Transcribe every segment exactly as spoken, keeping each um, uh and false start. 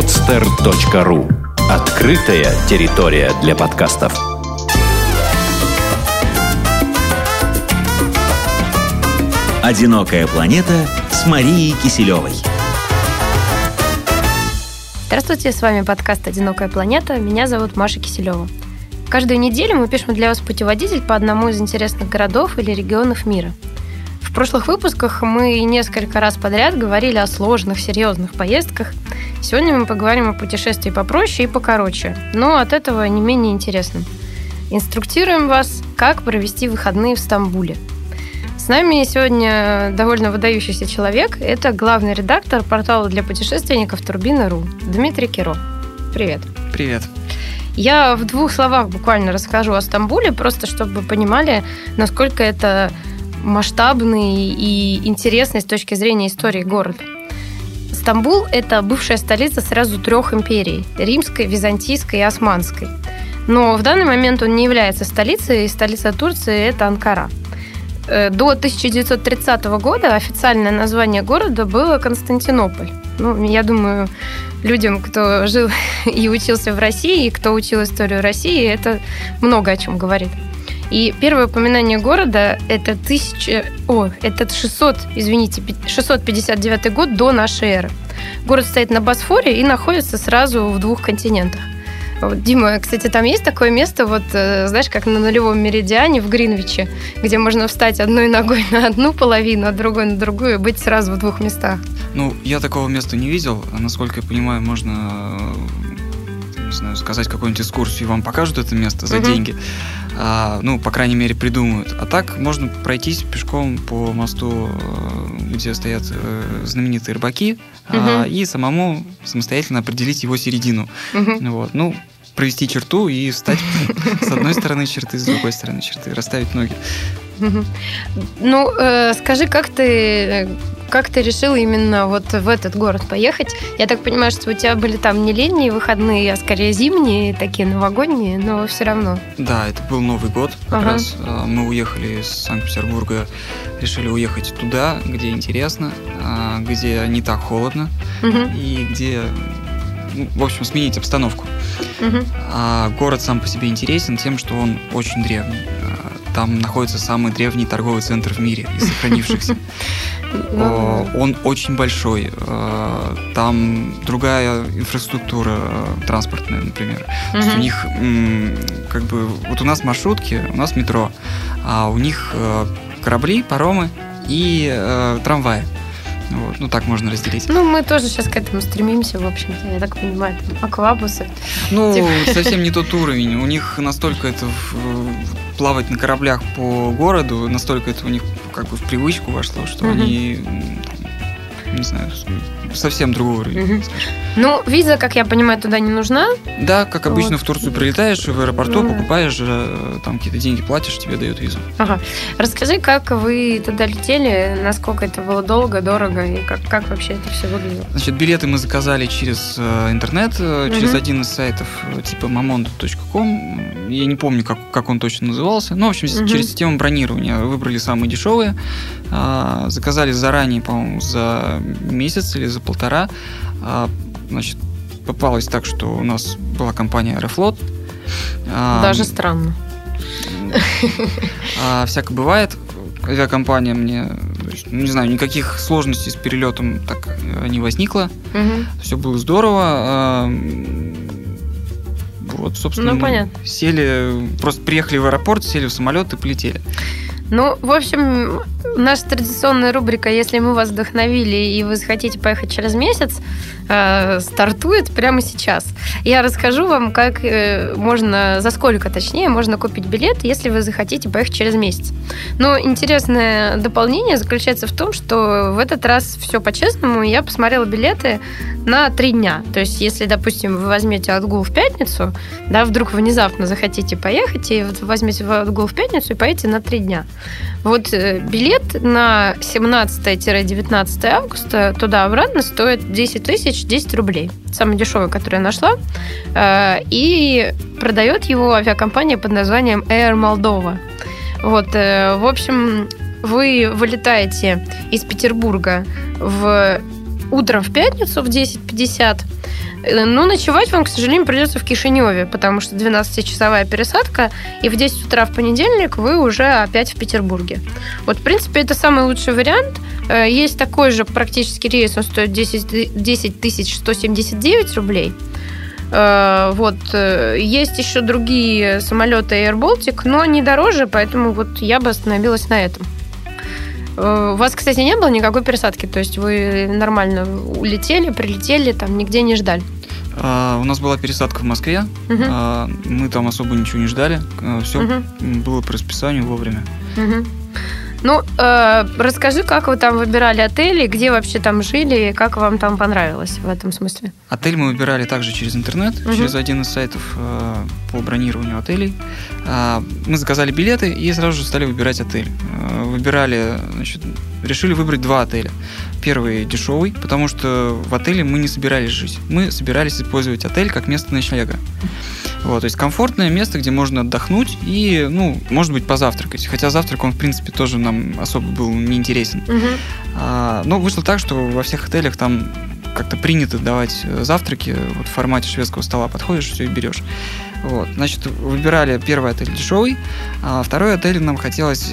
подстер точка ру. Открытая территория для подкастов. «Одинокая планета» с Марией Киселевой. Здравствуйте, с вами подкаст «Одинокая планета». Меня зовут Маша Киселева. Каждую неделю мы пишем для вас путеводитель по одному из интересных городов или регионов мира. В прошлых выпусках мы несколько раз подряд говорили о сложных, серьезных поездках. Сегодня мы поговорим о путешествии попроще и покороче, но от этого не менее интересным. Инструктируем вас, как провести выходные в Стамбуле. С нами сегодня довольно выдающийся человек. Это главный редактор портала для путешественников Турбина точка ру Дмитрий Киро. Привет. Привет. Я в двух словах буквально расскажу о Стамбуле, просто чтобы вы понимали, насколько это масштабный и интересный с точки зрения истории город. Стамбул – это бывшая столица сразу трех империй – римской, византийской и османской. Но в данный момент он не является столицей, и столица Турции – это Анкара. До тысяча девятьсот тридцатого года официальное название города было Константинополь. Ну, я думаю, людям, кто жил и учился в России, и кто учил историю России, это много о чем говорит. И первое упоминание города – это, тысяча, о, это шестьсот, извините, шестьсот пятьдесят девятый год до нашей эры. Город стоит на Босфоре и находится сразу в двух континентах. Вот, Дима, кстати, там есть такое место, вот, знаешь, как на нулевом меридиане в Гринвиче, где можно встать одной ногой на одну половину, а другой на другую, и быть сразу в двух местах. Ну, я такого места не видел. Насколько я понимаю, можно, не знаю, сказать какую-нибудь экскурсию, и вам покажут это место за угу. деньги. А, ну, по крайней мере, придумают. А так можно пройтись пешком по мосту, где стоят знаменитые рыбаки, угу. а, и самому самостоятельно определить его середину. Угу. Вот. Ну, провести черту и встать с одной стороны черты, с другой стороны черты, расставить ноги. Ну, э, скажи, как ты, как ты решил именно вот в этот город поехать? Я так понимаю, что у тебя были там не летние выходные, а скорее зимние, такие новогодние, но все равно. Да, это был Новый год как ага. раз. Мы уехали из Санкт-Петербурга, решили уехать туда, где интересно, где не так холодно угу. и где... Ну, в общем, сменить обстановку. Угу. А город сам по себе интересен тем, что он очень древний. Там находится самый древний торговый центр в мире из сохранившихся. Он очень большой. Там другая инфраструктура транспортная, например. То есть у них как бы... Вот у нас маршрутки, у нас метро, а у них корабли, паромы и трамваи. Вот, ну, так можно разделить. Ну, мы тоже сейчас к этому стремимся, в общем-то, я так понимаю, там, аквабусы. Ну, типа... совсем не тот уровень. У них настолько это в... плавать на кораблях по городу, настолько это у них как бы в привычку вошло, что угу. они, не знаю, совсем другой уровень. Угу. Ну, виза, как я понимаю, туда не нужна. Да, как обычно, вот. В Турцию прилетаешь, в аэропорту ну, покупаешь, там какие-то деньги платишь, тебе дают визу. Ага. Расскажи, как вы туда летели, насколько это было долго, дорого, и как, как вообще это все выглядело? Значит, билеты мы заказали через интернет, угу. через один из сайтов типа mamondo точка ком. Я не помню, как, как он точно назывался. Ну, в общем, угу. через систему бронирования выбрали самые дешевые. Заказали заранее, по-моему, за месяц или за полтора. Значит, попалось так, что у нас была компания Аэрофлот. Даже а, странно. А, всяко бывает. Авиакомпания мне, не знаю, никаких сложностей с перелетом так не возникло. Угу. Все было здорово. А, вот, собственно, ну, понятно. Сели, просто приехали в аэропорт, сели в самолет и полетели. Ну, в общем, наша традиционная рубрика «Если мы вас вдохновили и вы захотите поехать через месяц», э, стартует прямо сейчас. Я расскажу вам, как э, можно, за сколько, точнее, можно купить билет, если вы захотите поехать через месяц. Но интересное дополнение заключается в том, что в этот раз все по-честному. Я посмотрела билеты на три дня. То есть, если, допустим, вы возьмете отгул в пятницу, да, вдруг внезапно захотите поехать, и возьмете отгул в пятницу и поедете на три дня. Вот билет на семнадцатое-девятнадцатое августа туда-обратно стоит десять тысяч десять рублей. Самый дешевый, который я нашла. И продает его авиакомпания под названием Air Moldova. Вот, в общем, вы вылетаете из Петербурга в... утром в пятницу в десять пятьдесят. Ну, ночевать вам, к сожалению, придется в Кишиневе, потому что двенадцатичасовая пересадка, и в десять утра в понедельник вы уже опять в Петербурге. Вот, в принципе, это самый лучший вариант. Есть такой же практически рейс, он стоит десять тысяч сто семьдесят девять рублей. Вот. Есть еще другие самолеты Air Baltic, но они дороже, поэтому вот я бы остановилась на этом. У вас, кстати, не было никакой пересадки? То есть вы нормально улетели, прилетели, там нигде не ждали? А, у нас была пересадка в Москве. Uh-huh. а, Мы там особо ничего не ждали. Все uh-huh. было по расписанию вовремя. Uh-huh. Ну, э, расскажи, как вы там выбирали отели, где вообще там жили, и как вам там понравилось в этом смысле? Отель мы выбирали также через интернет, uh-huh. через один из сайтов э, по бронированию отелей. Э, мы заказали билеты и сразу же стали выбирать отель. Э, выбирали, значит, решили выбрать два отеля. Первый дешевый, потому что в отеле мы не собирались жить. Мы собирались использовать отель как место ночлега. Вот, то есть комфортное место, где можно отдохнуть и, ну, может быть, позавтракать. Хотя завтрак, он, в принципе, тоже нам особо был неинтересен. Uh-huh. А, но вышло так, что во всех отелях там как-то принято давать завтраки. Вот в формате шведского стола подходишь, все и берешь. Вот, значит, выбирали первый отель дешевый, а второй отель нам хотелось...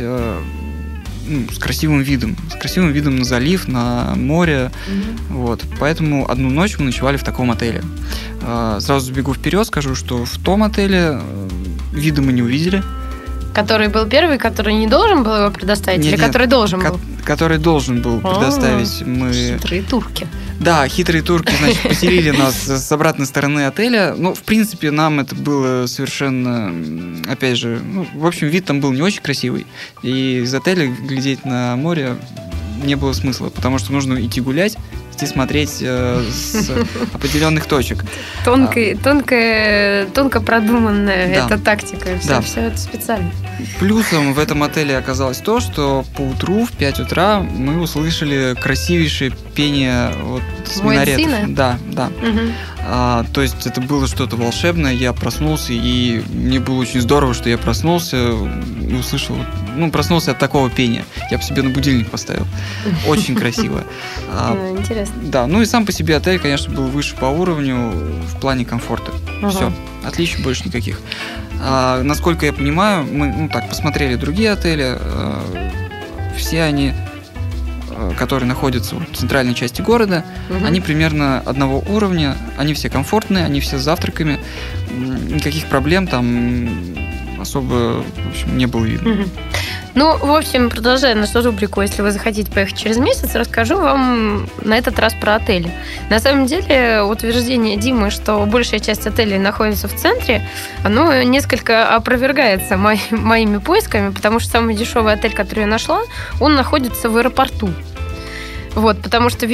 Ну, с красивым видом, с красивым видом на залив, на море. Mm-hmm. Вот. Поэтому одну ночь мы ночевали в таком отеле. Сразу забегу вперед, скажу, что в том отеле вида мы не увидели. Который был первый, который не должен был его предоставить, нет, или нет, который должен ко- был? Который должен был предоставить. Мы... Хитрые турки. Да, хитрые турки, значит, поселили нас с обратной стороны отеля. Ну, в принципе, нам это было совершенно, опять же, ну, в общем, вид там был не очень красивый. И из отеля глядеть на море не было смысла, потому что нужно идти гулять, идти смотреть э, с определенных точек. Тонкая, тонкая, тонко продуманная да. эта тактика. Все, да. все это специально. Плюсом в этом отеле оказалось то, что по утру в пять утра мы услышали красивейшее пение вот, с минаретов. Да, да. Угу. А, то есть это было что-то волшебное. Я проснулся, и мне было очень здорово, что я проснулся и услышал, ну, проснулся от такого пения. Я бы себе на будильник поставил. Очень красиво. Интересно. Да, ну и сам по себе отель, конечно, был выше по уровню в плане комфорта. Все, отличий больше никаких. А, насколько я понимаю, мы, ну, так, посмотрели другие отели. А, все они, которые находятся в центральной части города, угу. они примерно одного уровня, они все комфортные, они все с завтраками, никаких проблем там особо, в общем, не было видно. Угу. Ну, в общем, продолжая нашу рубрику, если вы захотите поехать через месяц, расскажу вам на этот раз про отели. На самом деле, утверждение Димы, что большая часть отелей находится в центре, оно несколько опровергается мои, моими поисками, потому что самый дешевый отель, который я нашла, он находится в аэропорту. Вот, потому что,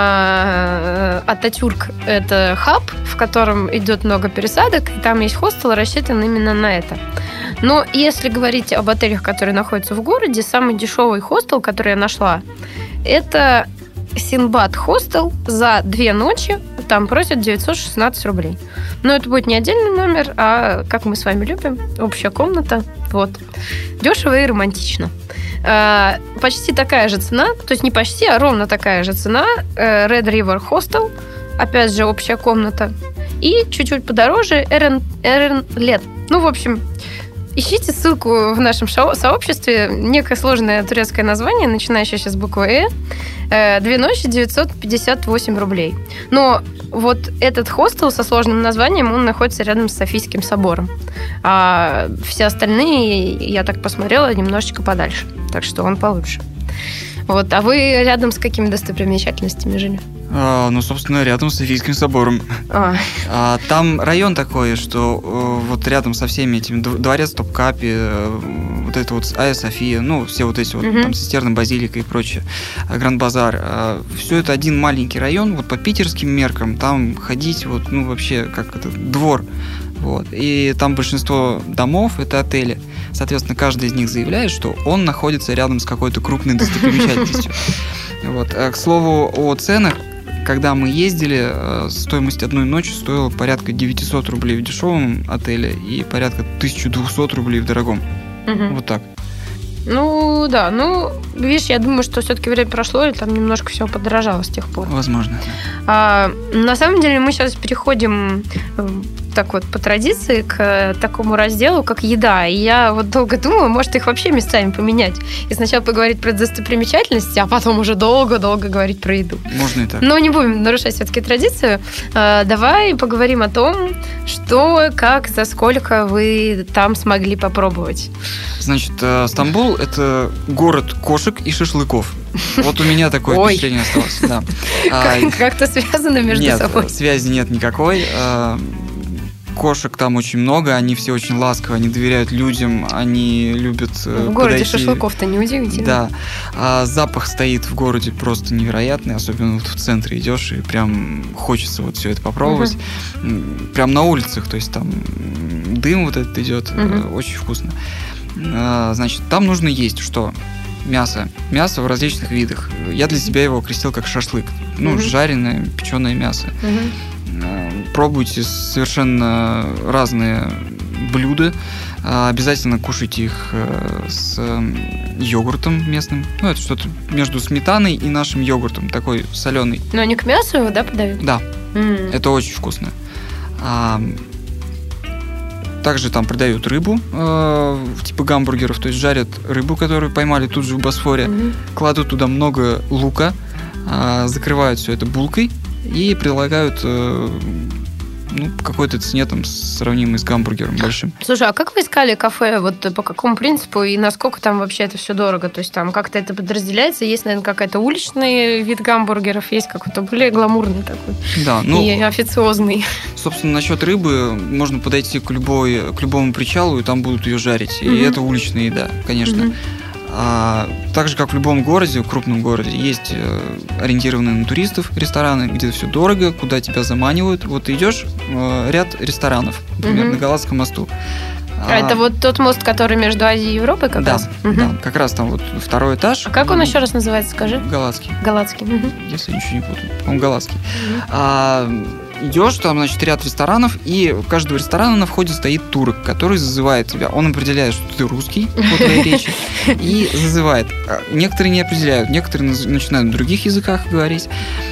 видимо, Ататюрк – это хаб, в котором идет много пересадок, и там есть хостел, рассчитан именно на это. Но если говорить об отелях, которые находятся в городе, самый дешевый хостел, который я нашла, это Синбад хостел за две ночи. Там просят девятьсот шестнадцать рублей. Но это будет не отдельный номер, а, как мы с вами любим, общая комната. Вот. Дешево и романтично. Почти такая же цена, то есть не почти, а ровно такая же цена. Red River Hostel, опять же, общая комната. И чуть-чуть подороже Эрен, Эрен Лет. Ну, в общем, ищите ссылку в нашем сообществе. Некое сложное турецкое название, начинающее с буквы «Э». Две ночи, девятьсот пятьдесят восемь рублей. Но вот этот хостел со сложным названием, он находится рядом с Софийским собором. А все остальные, я так посмотрела, немножечко подальше. Так что он получше. Вот. А вы рядом с какими достопримечательностями жили? А, ну, собственно, рядом с Софийским собором. А. А, там район такой, что вот рядом со всеми этими дворец Топкапи, вот это вот Айя София, ну, все вот эти вот, угу. там Цистерна, Базилика и прочее, Гранд-Базар. А, все это один маленький район, вот по питерским меркам, там ходить вот, ну, вообще, как это, двор. Вот. И там большинство домов – это отели. Соответственно, каждый из них заявляет, что он находится рядом с какой-то крупной достопримечательностью. Вот. А, к слову о ценах, когда мы ездили, стоимость одной ночи стоила порядка девятьсот рублей в дешевом отеле и порядка тысяча двести рублей в дорогом. Угу. Вот так. Ну, да. Ну, видишь, я думаю, что все-таки время прошло, и там немножко все подорожало с тех пор. Возможно. А, на самом деле мы сейчас переходим так вот по традиции к такому разделу, как еда. И я вот долго думала, может, их вообще местами поменять. И сначала поговорить про достопримечательности, а потом уже долго-долго говорить про еду. Можно и так. Но не будем нарушать все-таки традицию. А, давай поговорим о том, что, как, за сколько вы там смогли попробовать. Значит, Стамбул – это город кошек и шашлыков. Вот у меня такое Ой. впечатление осталось. Да. Как- Как-то связано между Нет, собой. связи нет никакой. А, Кошек там очень много, они все очень ласковые, они доверяют людям, они любят э, В городе подойти. шашлыков-то неудивительно. Да. А запах стоит в городе просто невероятный, особенно вот в центре идешь, и прям хочется вот все это попробовать. М, Прям на улицах, то есть там м, дым вот этот идет, э, Мгм. очень вкусно. А, Значит, там нужно есть что? Мясо. Мясо в различных видах. Я для себя его окрестил как шашлык. Ну, Мгм. жареное, печеное мясо. Мгм. Э, Пробуйте совершенно разные блюда. А, Обязательно кушайте их э, с йогуртом местным. Ну, это что-то между сметаной и нашим йогуртом. Такой соленый. Но они к мясу его, да, подают? Да, М. это очень вкусно. А, Также там продают рыбу, э, типа гамбургеров. То есть жарят рыбу, которую поймали тут же в Босфоре. Мгм. Кладут туда много лука, а, закрывают все это булкой и предлагают э, ну, по какой-то цене там сравнимой с гамбургером большим. Слушай, а как вы искали кафе? Вот по какому принципу и насколько там вообще это все дорого? То есть там как-то это подразделяется? Есть, наверное, какой-то уличный вид гамбургеров, есть какой-то более гламурный такой Да, ну, и официозный. собственно, насчет рыбы можно подойти к, любой, к любому причалу, и там будут ее жарить. И Мгм. это уличная еда, конечно. Мгм. А, так же, как в любом городе, в крупном городе, есть э, ориентированные на туристов рестораны, где все дорого, куда тебя заманивают. Вот ты идешь, э, ряд ресторанов, например, Мгм. на Галатском мосту. А это вот тот мост, который между Азией и Европой как да, раз? Мгм. да, как раз там вот второй этаж. А как он М, еще раз называется, скажи? Галатский, Галатский. Мгм. если я ничего не путаю. По-моему, Галатский. А, идешь, там, значит, ряд ресторанов, и у каждого ресторана на входе стоит турок, который зазывает тебя. Он определяет, что ты русский по твоей речи, и зазывает. А Некоторые не определяют, некоторые наз- начинают на других языках говорить,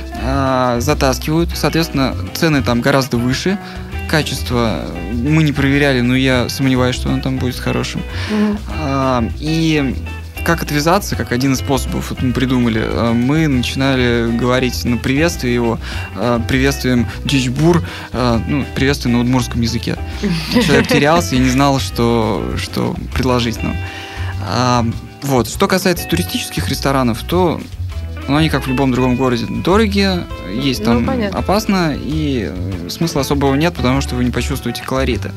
а, затаскивают. Соответственно, цены там гораздо выше. Качество мы не проверяли, но я сомневаюсь, что оно там будет хорошим. Мгм. А, И как отвязаться, как один из способов вот мы придумали, а, мы начинали говорить на приветствие его, а, приветствуем Джичбур, а, ну, приветствие на удмуртском языке. Человек терялся и не знал, что, что предложить нам. А, Вот. Что касается туристических ресторанов, то ну, они, как в любом другом городе, дорогие, есть Ну, там понятно. опасно, и э, смысла особого нет, потому что вы не почувствуете колорита.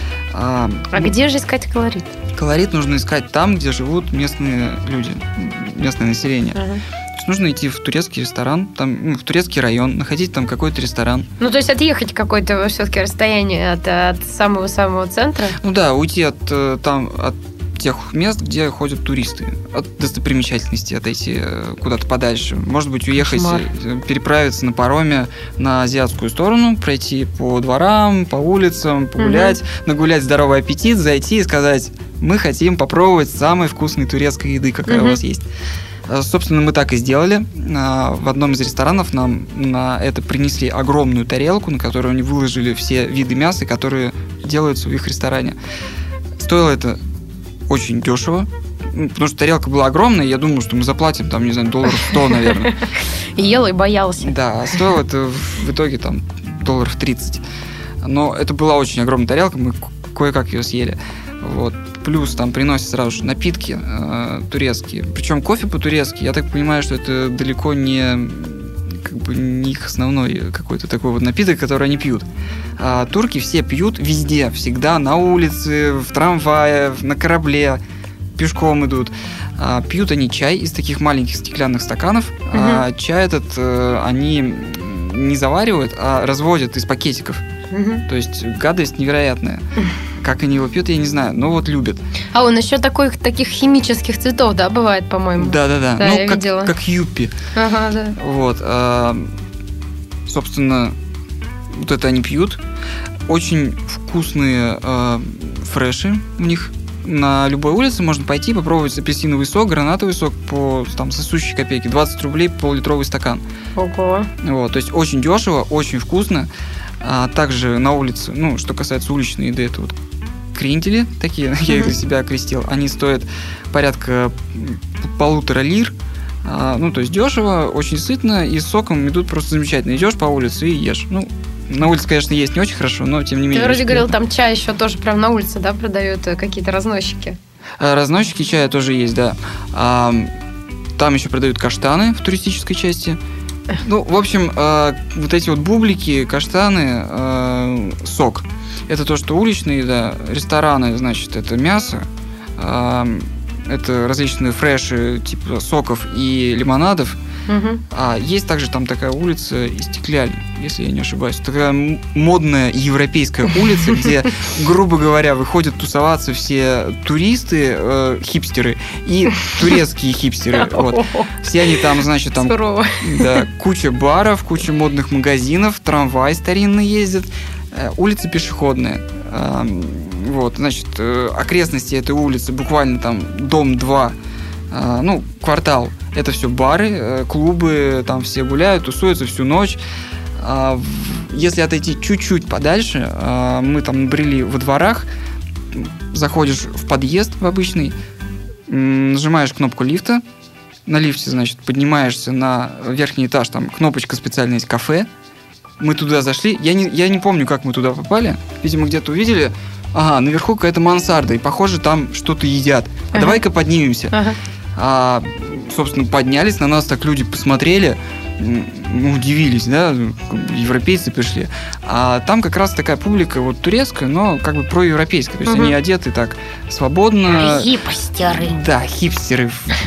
А, А где же искать колорит? Колорит нужно искать там, где живут местные люди, местное население. Ага. То есть нужно идти в турецкий ресторан, там, ну, в турецкий район, находить там какой-то ресторан. Ну, то есть отъехать какое-то все-таки расстояние от, от самого-самого центра. Ну да, уйти от, э, там, от тех мест, где ходят туристы. От достопримечательностей отойти э, куда-то подальше. Может быть, уехать, Кошмар. э, переправиться на пароме на азиатскую сторону, пройти по дворам, по улицам, погулять, нагулять здоровый аппетит, зайти и сказать: мы хотим попробовать самой вкусной турецкой еды, какая Мгм. у вас есть. Э, Собственно, мы так и сделали. А, В одном из ресторанов нам на это принесли огромную тарелку, на которую они выложили все виды мяса, которые делаются в их ресторане. Стоило это очень дешево, ну, потому что тарелка была огромная, и я думал, что мы заплатим там, не знаю, долларов сто, наверное. И ел, и боялся. Да, а стоило это в итоге там долларов тридцать. Но это была очень огромная тарелка, мы ко- кое-как ее съели. Вот. Плюс там приносят сразу же напитки э, турецкие. Причем кофе по-турецки, я так понимаю, что это далеко не, как бы, не их основной какой-то такой вот напиток, который они пьют. А турки все пьют везде, всегда, на улице, в трамвае, на корабле, пешком идут. А, пьют они чай из таких маленьких стеклянных стаканов. А чай этот э, они не заваривают, а разводят из пакетиков. Мгм. То есть гадость невероятная. Как они его пьют, я не знаю, но вот любят. А он еще такой, таких химических цветов, да, бывает, по-моему? Да-да-да. Да, ну, я как, видела. как юппи. Ага, да. Вот. а, собственно, вот это они пьют. Очень вкусные а, фреши у них на любой улице можно пойти попробовать апельсиновый сок, гранатовый сок по там сосущей копейке, двадцать рублей пол-литровый стакан. Ого. Вот, то есть очень дешево, очень вкусно. А также на улице, ну, что касается уличной еды, это вот крентели такие, mm-hmm. я их для себя окрестил, они стоят порядка полутора лир. А, ну, то есть дешево, очень сытно, и с соком идут просто замечательно. Идешь по улице и ешь. Ну, на улице, конечно, есть не очень хорошо, но тем не менее. Ты вроде говорил, там чай еще тоже прям на улице, да, продают какие-то разносчики? А, разносчики чая тоже есть, да. А, там еще продают каштаны в туристической части. Ну, в общем, а, вот эти вот бублики, каштаны, а, сок. Это то, что уличные, да, рестораны, значит, это мясо, а, это различные фреши типа соков и лимонадов. Угу. А есть также там такая улица Истекляль, если я не ошибаюсь. Такая модная европейская улица, где, грубо говоря, выходят тусоваться все туристы, э, хипстеры и турецкие хипстеры. Вот. Все они там, значит, там да, куча баров, куча модных магазинов, трамвай старинный ездит. Улица пешеходная. Вот, значит, окрестности этой улицы буквально там дом два, ну, квартал. Это все бары, клубы, там все гуляют, тусуются всю ночь. Если отойти чуть-чуть подальше, мы там набрели во дворах, заходишь в подъезд в обычный, нажимаешь кнопку лифта, на лифте, значит, поднимаешься на верхний этаж, там кнопочка специальная есть, кафе. Мы туда зашли, я не, я не помню, как мы туда попали, видимо, где-то увидели, ага, наверху какая-то мансарда, и, похоже, там что-то едят, а ага. давай-ка поднимемся. Ага. А, собственно, поднялись, на нас так люди посмотрели, мы удивились, да, европейцы пришли, а там как раз такая публика вот турецкая, но как бы проевропейская, то есть угу. они одеты так свободно. Хипстеры. Да, хипстеры.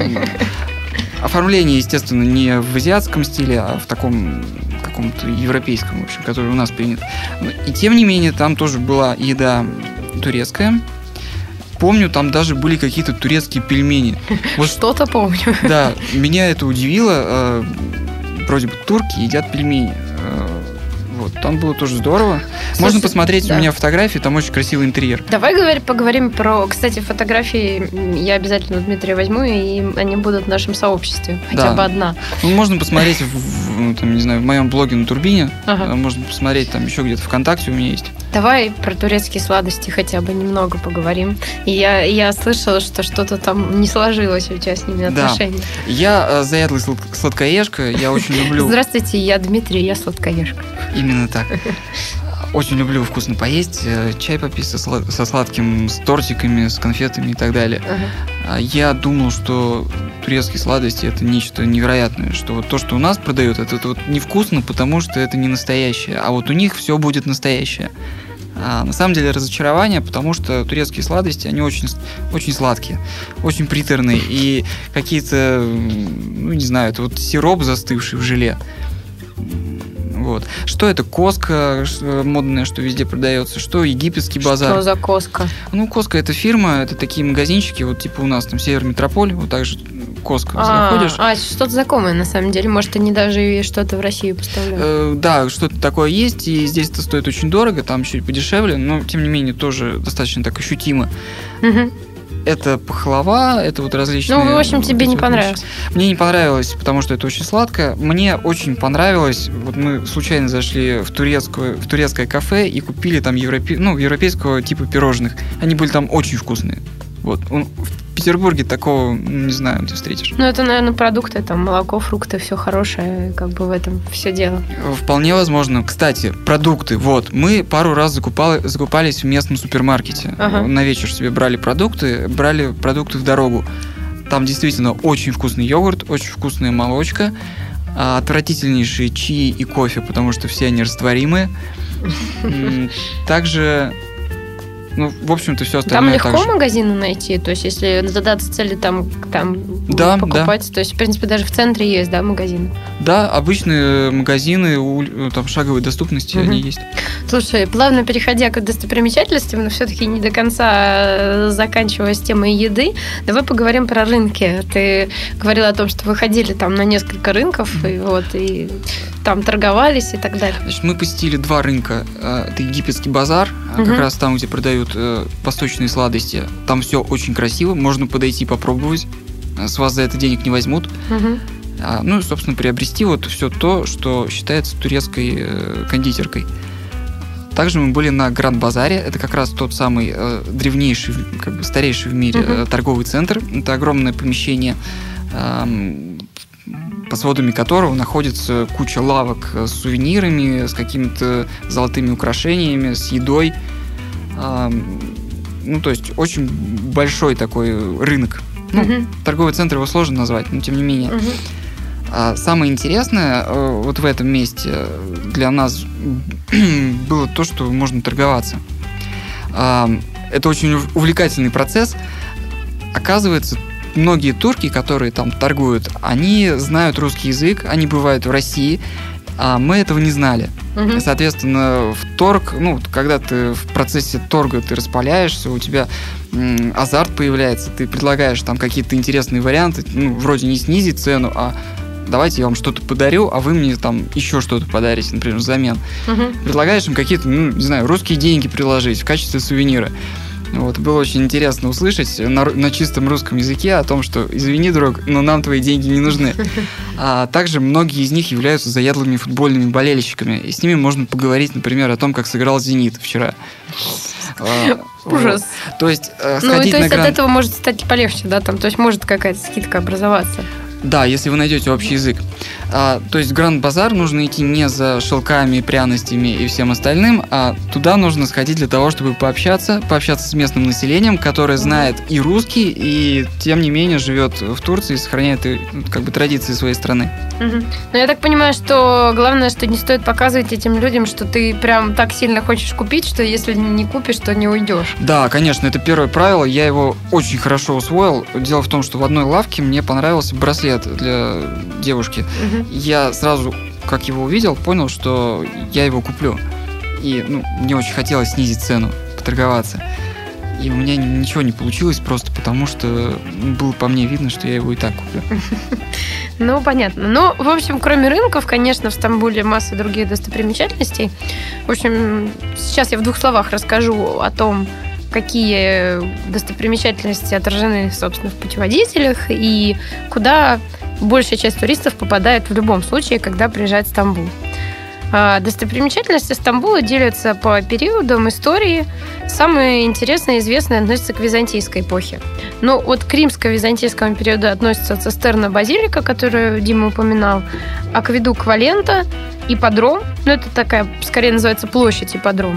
Оформление, естественно, не в азиатском стиле, а в таком каком-то европейском, в общем, который у нас принят. И тем не менее, там тоже была еда турецкая. Помню, там даже были какие-то турецкие пельмени. Вот, что-то помню. Да, меня это удивило. Вроде бы турки едят пельмени. Вот, там было тоже здорово. Слушай, можно посмотреть да. у меня фотографии, там очень красивый интерьер. Давай говорим, поговорим про, кстати, фотографии. Я обязательно Дмитрия возьму, и они будут в нашем сообществе. Хотя да. бы одна. Ну, можно посмотреть, в, ну, там, не знаю, в моем блоге на Турбине. Ага. Можно посмотреть там еще где-то ВКонтакте у меня есть. Давай про турецкие сладости хотя бы немного поговорим. И я, я слышала, что что-то там не сложилось у тебя с ними отношения. Да. Я э, заядлый сладкоежка, я очень люблю... Здравствуйте, я Дмитрий, я сладкоежка. Именно так. Очень люблю вкусно поесть, чай попить со, слад... со сладким, с тортиками, с конфетами и так далее. Uh-huh. Я думал, что турецкие сладости это нечто невероятное, что вот то, что у нас продают, это, это вот невкусно, потому что это не настоящее, а вот у них все будет настоящее. А на самом деле разочарование, потому что турецкие сладости, они очень, очень сладкие, очень приторные и какие-то, ну не знаю, это вот сироп застывший в желе. Вот. Что это? Коска модная, что везде продается. Что египетский базар. Что за Коска? Ну, Коска это фирма, это такие магазинчики, вот типа у нас там Северметрополь, вот так же Коска. А, заходишь. А, что-то знакомое на самом деле. Может, они даже что-то в Россию поставляют. Э, да, что-то такое есть, и здесь это стоит очень дорого, там чуть подешевле, но тем не менее тоже достаточно так ощутимо. Угу. Это пахлава, это вот различные... Ну, в общем, тебе не понравилось. Вещи. Мне не понравилось, потому что это очень сладко. Мне очень понравилось. Вот мы случайно зашли в турецкую, в турецкое кафе и купили там европе... ну, европейского типа пирожных. Они были там очень вкусные. Вот. В Петербурге такого, не знаю, ты встретишь. Ну, это, наверное, продукты, там, молоко, фрукты, все хорошее, как бы в этом все дело. Вполне возможно. Кстати, продукты. Вот, мы пару раз закупали, закупались в местном супермаркете. Ага. На вечер себе брали продукты, брали продукты в дорогу. Там действительно очень вкусный йогурт, очень вкусная молочка, отвратительнейшие чаи и кофе, потому что все они растворимые. Также... Ну, в общем-то, все остальное. Там легко магазины найти? То есть, если задаться целью там, там да, покупать, да. то есть, в принципе, даже в центре есть, да, магазины? Да, обычные магазины, там, шаговой доступности, угу. они есть. Слушай, плавно переходя к достопримечательностям, но все-таки не до конца заканчивая с темой еды, давай поговорим про рынки. Ты говорила о том, что вы ходили там на несколько рынков, и вот, и там торговались и так далее. Значит, мы посетили два рынка. Это египетский базар, uh-huh. как раз там, где продают э, восточные сладости. Там все очень красиво, можно подойти попробовать, с вас за это денег не возьмут. Uh-huh. А, ну и, собственно, приобрести вот все то, что считается турецкой э, кондитеркой. Также мы были на Гранд-базаре. Это как раз тот самый э, древнейший, как бы старейший в мире uh-huh. э, торговый центр. Это огромное помещение, э, под сводами которого находится куча лавок с сувенирами, с какими-то золотыми украшениями, с едой. Э, ну, то есть очень большой такой рынок. Ну, uh-huh. торговый центр его сложно назвать, но тем не менее. Uh-huh. А самое интересное э, вот в этом месте для нас было то, что можно торговаться. Э, это очень увлекательный процесс. Оказывается, многие турки, которые там торгуют, они знают русский язык, они бывают в России, а мы этого не знали. Uh-huh. Соответственно, в торг, ну, когда ты в процессе торга ты распаляешься, у тебя м, азарт появляется, ты предлагаешь там какие-то интересные варианты, ну, вроде не снизить цену, а давайте я вам что-то подарю, а вы мне там еще что-то подарите, например, взамен. Uh-huh. Предлагаешь им какие-то, ну, не знаю, русские деньги приложить в качестве сувенира. Вот, было очень интересно услышать на, на чистом русском языке о том, что извини, друг, но нам твои деньги не нужны. А также многие из них являются заядлыми футбольными болельщиками, и с ними можно поговорить, например, о том, как сыграл «Зенит» вчера. Ужас. Вот. То есть, э, ну, то есть гранд... от этого может стать полегче, да? Там, то есть может какая-то скидка образоваться. Да, если вы найдете общий язык. А, то есть в Гранд-базар нужно идти не за шелками, пряностями и всем остальным, а туда нужно сходить для того, чтобы пообщаться, пообщаться с местным населением, которое знает и русский, и тем не менее живет в Турции и сохраняет как бы традиции своей страны. Угу. Но я так понимаю, что главное, что не стоит показывать этим людям, что ты прям так сильно хочешь купить, что если не купишь, то не уйдешь. Да, конечно, это первое правило, я его очень хорошо усвоил. Дело в том, что в одной лавке мне понравился браслет для девушки. Угу. Я сразу, как его увидел, понял, что я его куплю. И ну, мне очень хотелось снизить цену, поторговаться. И у меня ничего не получилось, просто потому что было по мне видно, что я его и так куплю. Ну, понятно. Ну, в общем, кроме рынков, конечно, в Стамбуле масса других достопримечательностей. В общем, сейчас я в двух словах расскажу о том, какие достопримечательности отражены, собственно, в путеводителях и куда большая часть туристов попадает в любом случае, когда приезжает в Стамбул. Достопримечательности Стамбула делятся по периодам истории. Самое интересное и известное относится к византийской эпохе. Но вот к римско-византийскому периоду относятся цистерна базилика, которую Дима упоминал, акведук Валента, ипподром. Ну, это такая, скорее называется, площадь ипподром.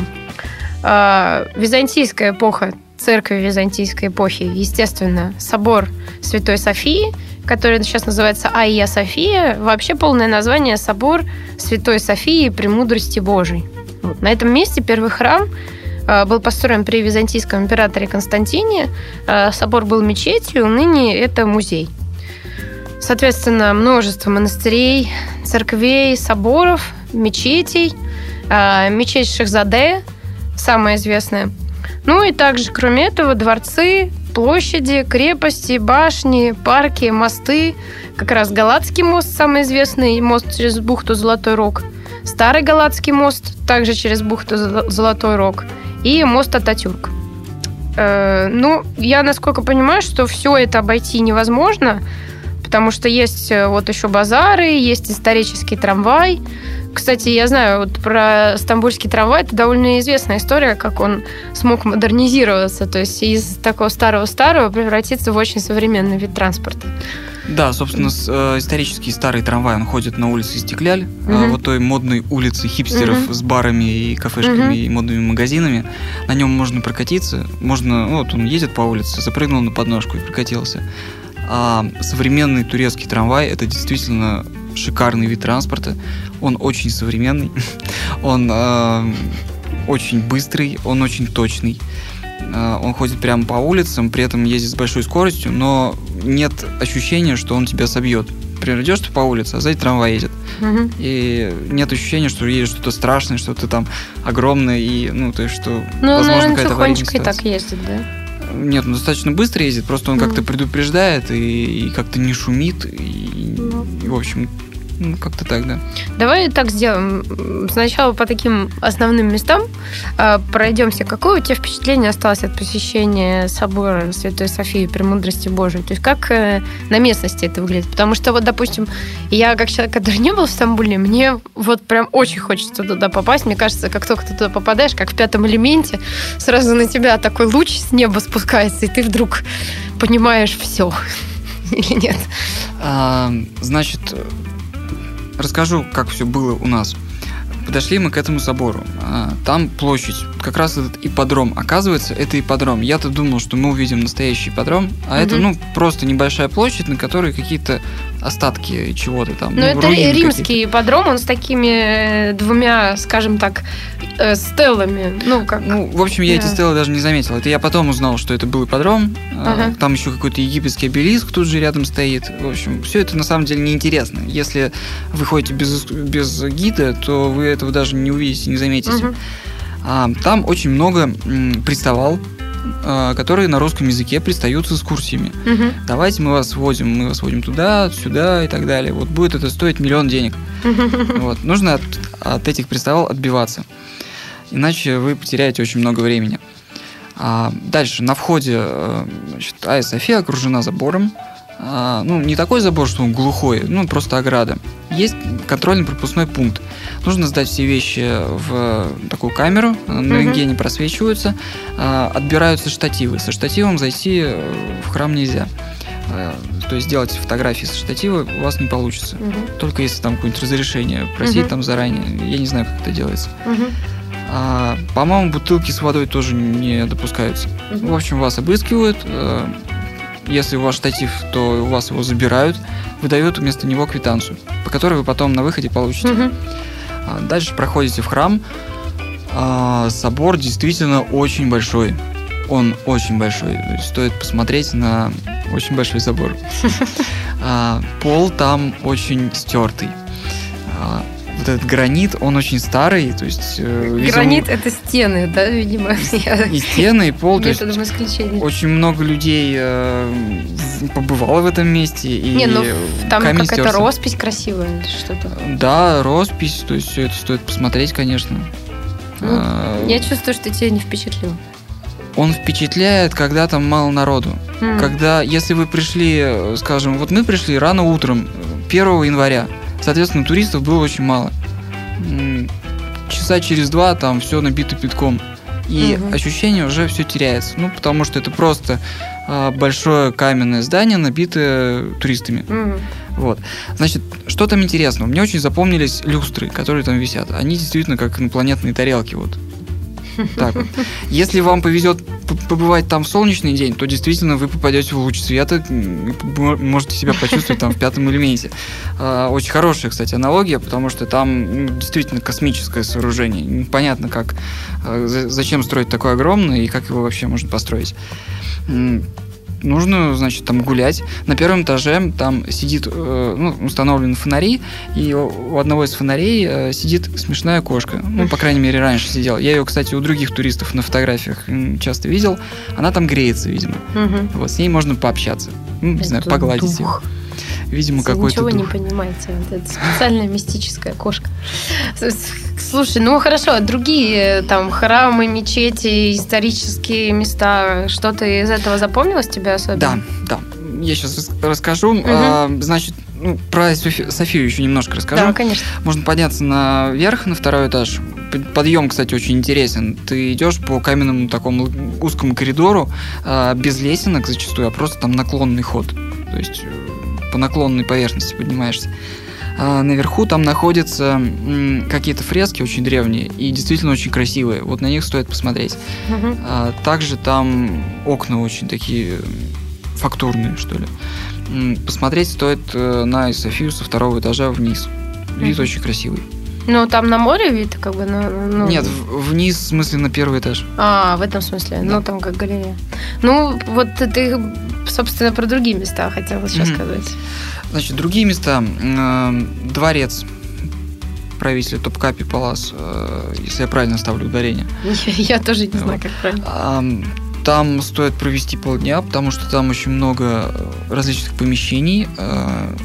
Византийская эпоха, церковь византийской эпохи, естественно, собор Святой Софии, который сейчас называется Айя София. Вообще полное название собор Святой Софии Премудрости Божией. Вот. На этом месте первый храм э, был построен при византийском императоре Константине. Э, собор был мечетью, ныне это музей. Соответственно, множество монастырей, церквей, соборов, мечетей. Э, мечеть Шехзаде, самая известная. Ну и также, кроме этого, дворцы, площади, крепости, башни, парки, мосты. Как раз Галатский мост, самый известный, мост через бухту Золотой Рог. Старый Галатский мост, также через бухту Золотой Рог. И мост Ататюрк. Э, ну, я, насколько понимаю, что все это обойти невозможно, потому что есть вот еще базары, есть исторический трамвай. Кстати, я знаю вот про стамбульский трамвай, это довольно известная история, как он смог модернизироваться, то есть из такого старого-старого превратиться в очень современный вид транспорта. Да, собственно, э, исторический старый трамвай, он ходит на улице Истекляль, uh-huh. э, вот той модной улице хипстеров uh-huh. с барами и кафешками uh-huh. и модными магазинами. На нем можно прокатиться, можно, ну, вот он едет по улице, запрыгнул на подножку и прокатился. А современный турецкий трамвай – это действительно шикарный вид транспорта. Он очень современный, он э, очень быстрый, он очень точный. Э, он ходит прямо по улицам, при этом ездит с большой скоростью, но нет ощущения, что он тебя собьет. Например, идешь ты по улице, а сзади трамвай едет. Угу. И нет ощущения, что едет что-то страшное, что-то там огромное, и, ну, то есть, что, ну, возможно, какая-то аварийная ситуация. Ну, наверное, так ездит, да? Нет, он достаточно быстро ездит, просто он mm. как-то предупреждает и, и как-то не шумит. И, mm. и, в общем, Ну, как-то так, да. Давай так сделаем. Сначала по таким основным местам э, пройдемся. Какое у тебя впечатление осталось от посещения собора Святой Софии Премудрости Божией? То есть как э, на местности это выглядит? Потому что вот, допустим, я как человек, который не был в Стамбуле, мне вот прям очень хочется туда попасть. Мне кажется, как только ты туда попадаешь, как в «Пятом элементе», сразу на тебя такой луч с неба спускается, и ты вдруг понимаешь все. Или нет? А, значит... Расскажу, как все было у нас. Подошли мы к этому собору. Там площадь, как раз этот ипподром. Оказывается, это ипподром. Я-то думал, что мы увидим настоящий ипподром, а mm-hmm. это, ну, просто небольшая площадь, на которой какие-то остатки чего-то там. Но ну, это римский какие-то. Ипподром, он с такими двумя, скажем так, стеллами. Ну, как... ну, в общем, я yeah. эти стелы даже не заметил. Это я потом узнал, что это был ипподром. Uh-huh. Там еще какой-то египетский обелиск тут же рядом стоит. В общем, все это на самом деле неинтересно. Если вы ходите без, без гида, то вы этого даже не увидите, не заметите. Uh-huh. А, там очень много м, приставал, а, которые на русском языке пристают с экскурсиями. Uh-huh. Давайте мы вас водим, мы вас водим туда, сюда и так далее. Вот будет это стоить миллион денег. Uh-huh. Вот. Нужно от, от этих приставал отбиваться. Иначе вы потеряете очень много времени. А дальше, на входе, значит, Айя София окружена забором. А, ну, не такой забор, что он глухой, ну, просто ограда. Есть контрольно-пропускной пункт. Нужно сдать все вещи в такую камеру, на рентгене просвечиваются, а, отбираются штативы. Со штативом зайти в храм нельзя. А, то есть делать фотографии со штатива у вас не получится. Uh-huh. Только если там какое-нибудь разрешение просить uh-huh. там заранее. Я не знаю, как это делается. Uh-huh. А, по-моему, бутылки с водой тоже не допускаются. Uh-huh. В общем, вас обыскивают. Если у вас штатив, то у вас его забирают, выдают вместо него квитанцию, по которой вы потом на выходе получите. Uh-huh. А, дальше проходите в храм. А, собор действительно очень большой. Он очень большой. Стоит посмотреть на очень большой собор. А, пол там очень стертый. А, вот этот гранит, он очень старый, то есть... Видимо, гранит — это стены, да, видимо? И стены, и пол, то есть исключения. Очень много людей э, побывало в этом месте, и не, ну там камень какая-то стерся. Роспись красивая, что-то. Да, роспись, то есть все это стоит посмотреть, конечно. Ну, а, я чувствую, что тебя не впечатлил. Он впечатляет, когда там мало народу. Mm. Когда, если вы пришли, скажем, вот мы пришли рано утром, первого января, соответственно, туристов было очень мало. Часа через два там все набито битком. И угу. ощущение уже все теряется. Ну, потому что это просто а, большое каменное здание, набитое туристами. Угу. Вот. Значит, что там интересного? Мне очень запомнились люстры, которые там висят. Они действительно как инопланетные тарелки. Вот. Так вот. Если вам повезет побывать там в солнечный день, то действительно вы попадете в луч света и можете себя почувствовать там в «Пятом элементе». Очень хорошая, кстати, аналогия, потому что там действительно космическое сооружение. Непонятно, как, зачем строить такое огромное и как его вообще можно построить. Нужно, значит, там гулять. На первом этаже там сидит, э, ну, установлены фонари, и у одного из фонарей э, сидит смешная кошка. Ну, по крайней мере, раньше сидела. Я ее, кстати, у других туристов на фотографиях часто видел. Она там греется, видимо. Угу. Вот, с ней можно пообщаться. Ну, не знаю, погладить ее. Видимо, какой-то ничего дух. Не понимаете. Это специальная мистическая кошка. Слушай, ну хорошо, другие там храмы, мечети, исторические места, что-то из этого запомнилось тебе особенно? Да, да. Я сейчас расскажу. Угу. А, значит, ну, про Софи- Софию еще немножко расскажу. Да, конечно. Можно подняться наверх, на второй этаж. Подъем, кстати, очень интересен. Ты идешь по каменному такому узкому коридору, а, без лесенок зачастую, а просто там наклонный ход. То есть по наклонной поверхности поднимаешься. А наверху там находятся м, какие-то фрески очень древние и действительно очень красивые. Вот на них стоит посмотреть. Uh-huh. А, также там окна очень такие фактурные, что ли. М, посмотреть стоит э, на Айю Софию со второго этажа вниз. Вид uh-huh. очень красивый. Ну, там на море вид, как бы, на... Ну... Нет, в- вниз, в смысле, на первый этаж. А, в этом смысле. Да. Ну, там как галерея. Ну, вот ты, собственно, про другие места хотела сейчас mm-hmm. сказать. Значит, другие места. Дворец правителя Топкапи Палас, если я правильно ставлю ударение. Я тоже не знаю, как правильно. Там стоит провести полдня, потому что там очень много различных помещений.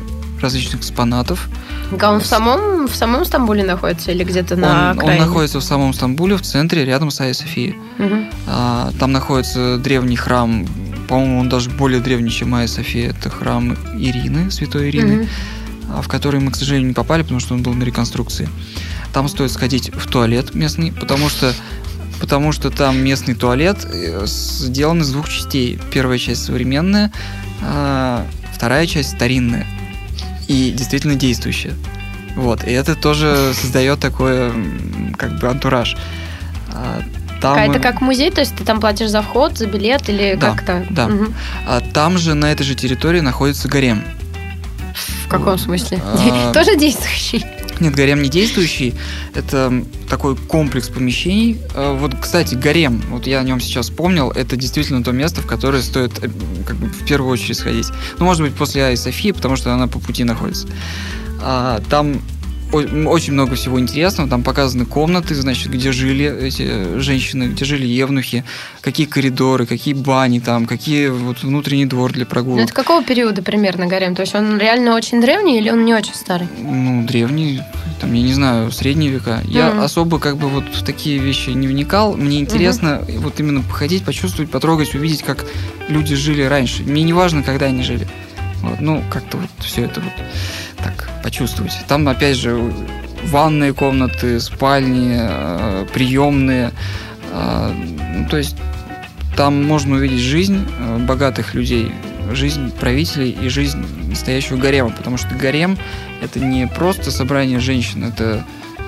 различных экспонатов. А он в самом, в самом Стамбуле находится или где-то на он, окраине? Он находится в самом Стамбуле, в центре, рядом с Айя Софией. Угу. А, там находится древний храм, по-моему, он даже более древний, чем Айя София. Это храм Ирины, святой Ирины, угу. в который мы, к сожалению, не попали, потому что он был на реконструкции. Там стоит сходить в туалет местный, потому что потому что там местный туалет сделан из двух частей. Первая часть современная, а вторая часть старинная и действительно действующая. Вот. И это тоже создает такой как бы антураж. Там... А это как музей, то есть ты там платишь за вход, за билет или да, как-то? Да. Угу. А там же, на этой же территории, находится гарем. В каком вот. смысле? А... Тоже действующий? Нет, гарем не действующий. Это такой комплекс помещений. Вот, кстати, гарем, вот я о нем сейчас вспомнил, это действительно то место, в которое стоит как бы, в первую очередь сходить. Ну, может быть, после Айи Софии, потому что она по пути находится. А, там очень много всего интересного. Там показаны комнаты, значит, где жили эти женщины, где жили евнухи, какие коридоры, какие бани там, какие вот внутренний двор для прогулок. Ну, это какого периода примерно гарем? То есть он реально очень древний или он не очень старый? Ну, древний, там, я не знаю, средние века. Я mm-hmm. особо как бы вот в такие вещи не вникал. Мне интересно mm-hmm. вот именно походить, почувствовать, потрогать, увидеть, как люди жили раньше. Мне не важно, когда они жили. Вот, ну, как-то вот все это вот так почувствовать. Там, опять же, ванные комнаты, спальни, э, приемные. Э, ну, то есть там можно увидеть жизнь э, богатых людей, жизнь правителей и жизнь настоящего гарема. Потому что гарем – это не просто собрание женщин, это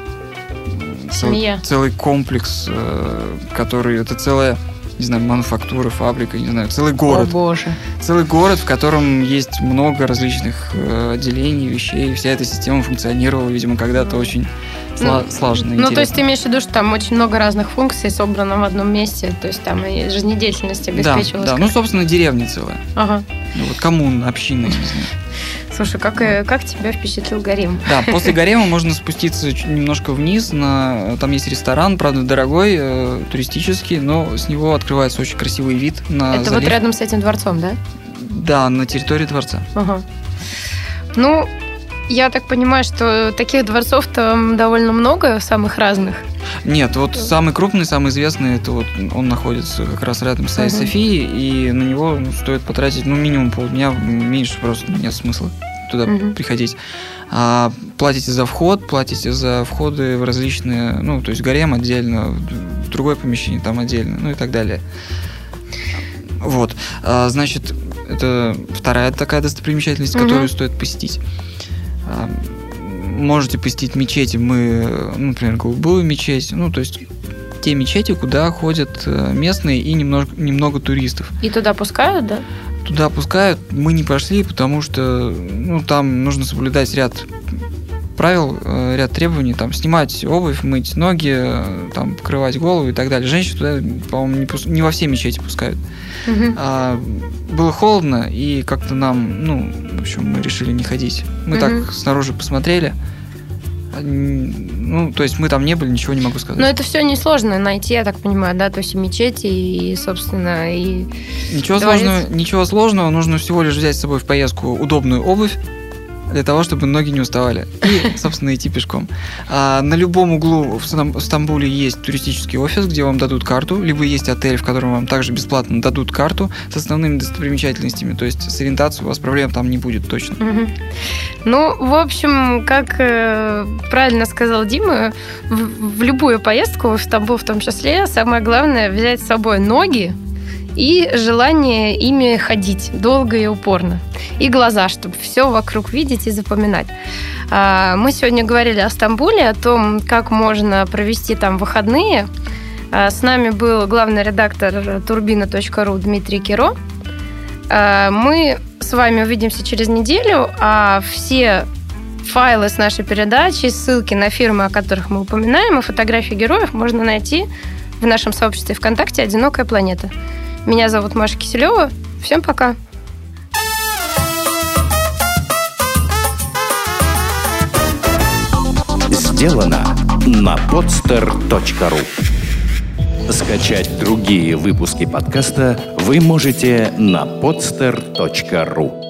Семья. Цел, целый комплекс, э, который… Это целая… не знаю, мануфактура, фабрика, не знаю, целый город. О, боже. Целый город, в котором есть много различных э, отделений, вещей. Вся эта система функционировала, видимо, когда-то очень сла- ну, слаженно. Ну, то есть ты имеешь в виду, что там очень много разных функций собрано в одном месте, то есть там и жизнедеятельность обеспечивалась. Да, да. Ну, собственно, деревня целая. Ага. Ну, вот коммуна, община, не знаю. Слушай, как, как тебя впечатлил гарем? Да, после гарема можно спуститься немножко вниз. На... Там есть ресторан, правда, дорогой, э, туристический, но с него открывается очень красивый вид на Это залив. вот рядом с этим дворцом, да? Да, на территории дворца. Ага. Ну, я так понимаю, что таких дворцов там довольно много, самых разных. Нет, вот самый крупный, самый известный, это вот он находится как раз рядом с Айя uh-huh. Софией, и на него ну, стоит потратить ну минимум полдня, меньше просто нет смысла туда uh-huh. приходить. А, платите за вход, платите за входы в различные, ну, то есть гарем отдельно, в другое помещение там отдельно, ну и так далее. Вот, а, значит, это вторая такая достопримечательность, uh-huh. которую стоит посетить. Можете посетить мечети. Мы, ну, например, голубую мечеть. Ну, то есть те мечети, куда ходят местные и немного, немного туристов. И туда пускают, да? Туда пускают. Мы не пошли, потому что ну, там нужно соблюдать ряд правил, ряд требований. Там снимать обувь, мыть ноги, там, покрывать голову и так далее. Женщин туда, по-моему, не, пус... не во все мечети пускают. Угу. А, было холодно, и как-то нам, ну, в общем, мы решили не ходить. Мы угу. так снаружи посмотрели. Ну, то есть мы там не были, ничего не могу сказать. Но это все несложно найти, я так понимаю, да? То есть и мечети, и, собственно, и ничего сложного, ничего сложного. Нужно всего лишь взять с собой в поездку удобную обувь, для того, чтобы ноги не уставали. И, собственно, идти пешком. А на любом углу в Стамбуле есть туристический офис, где вам дадут карту, либо есть отель, в котором вам также бесплатно дадут карту с основными достопримечательностями. То есть с ориентацией у вас проблем там не будет точно. Угу. Ну, в общем, как э, правильно сказал Дима, в, в любую поездку в Стамбул в том числе, самое главное взять с собой ноги и желание ими ходить долго и упорно. И глаза, чтобы все вокруг видеть и запоминать. Мы сегодня говорили о Стамбуле, о том, как можно провести там выходные. С нами был главный редактор турбина точка ру Дмитрий Киро. Мы с вами увидимся через неделю, а все файлы с нашей передачи, ссылки на фирмы, о которых мы упоминаем, и фотографии героев можно найти в нашем сообществе ВКонтакте «Одинокая планета». Меня зовут Маша Киселева. Всем пока. Сделано на подстер точка ру. Скачать другие выпуски подкаста вы можете на подстер точка ру.